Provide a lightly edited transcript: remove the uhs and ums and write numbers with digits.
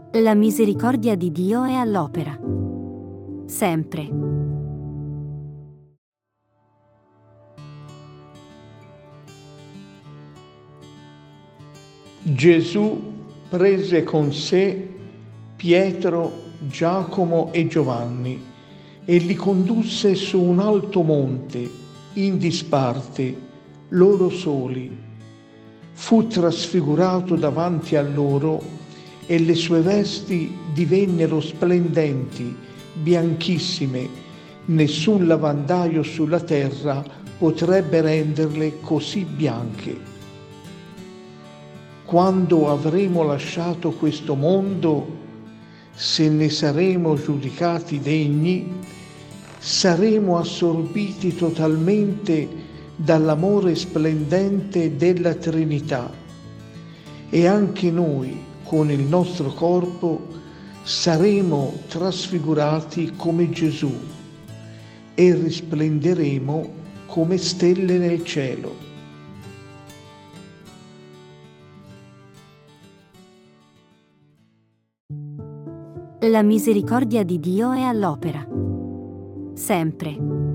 La misericordia di Dio è all'opera. Sempre. Gesù prese con sé Pietro, Giacomo e Giovanni e li condusse su un alto monte, in disparte, loro soli. Fu trasfigurato davanti a loro e le sue vesti divennero splendenti, bianchissime. Nessun lavandaio sulla terra potrebbe renderle così bianche. Quando avremo lasciato questo mondo, se ne saremo giudicati degni, saremo assorbiti totalmente dall'amore splendente della Trinità e anche noi, con il nostro corpo, saremo trasfigurati come Gesù e risplenderemo come stelle nel cielo. La misericordia di Dio è all'opera. Sempre.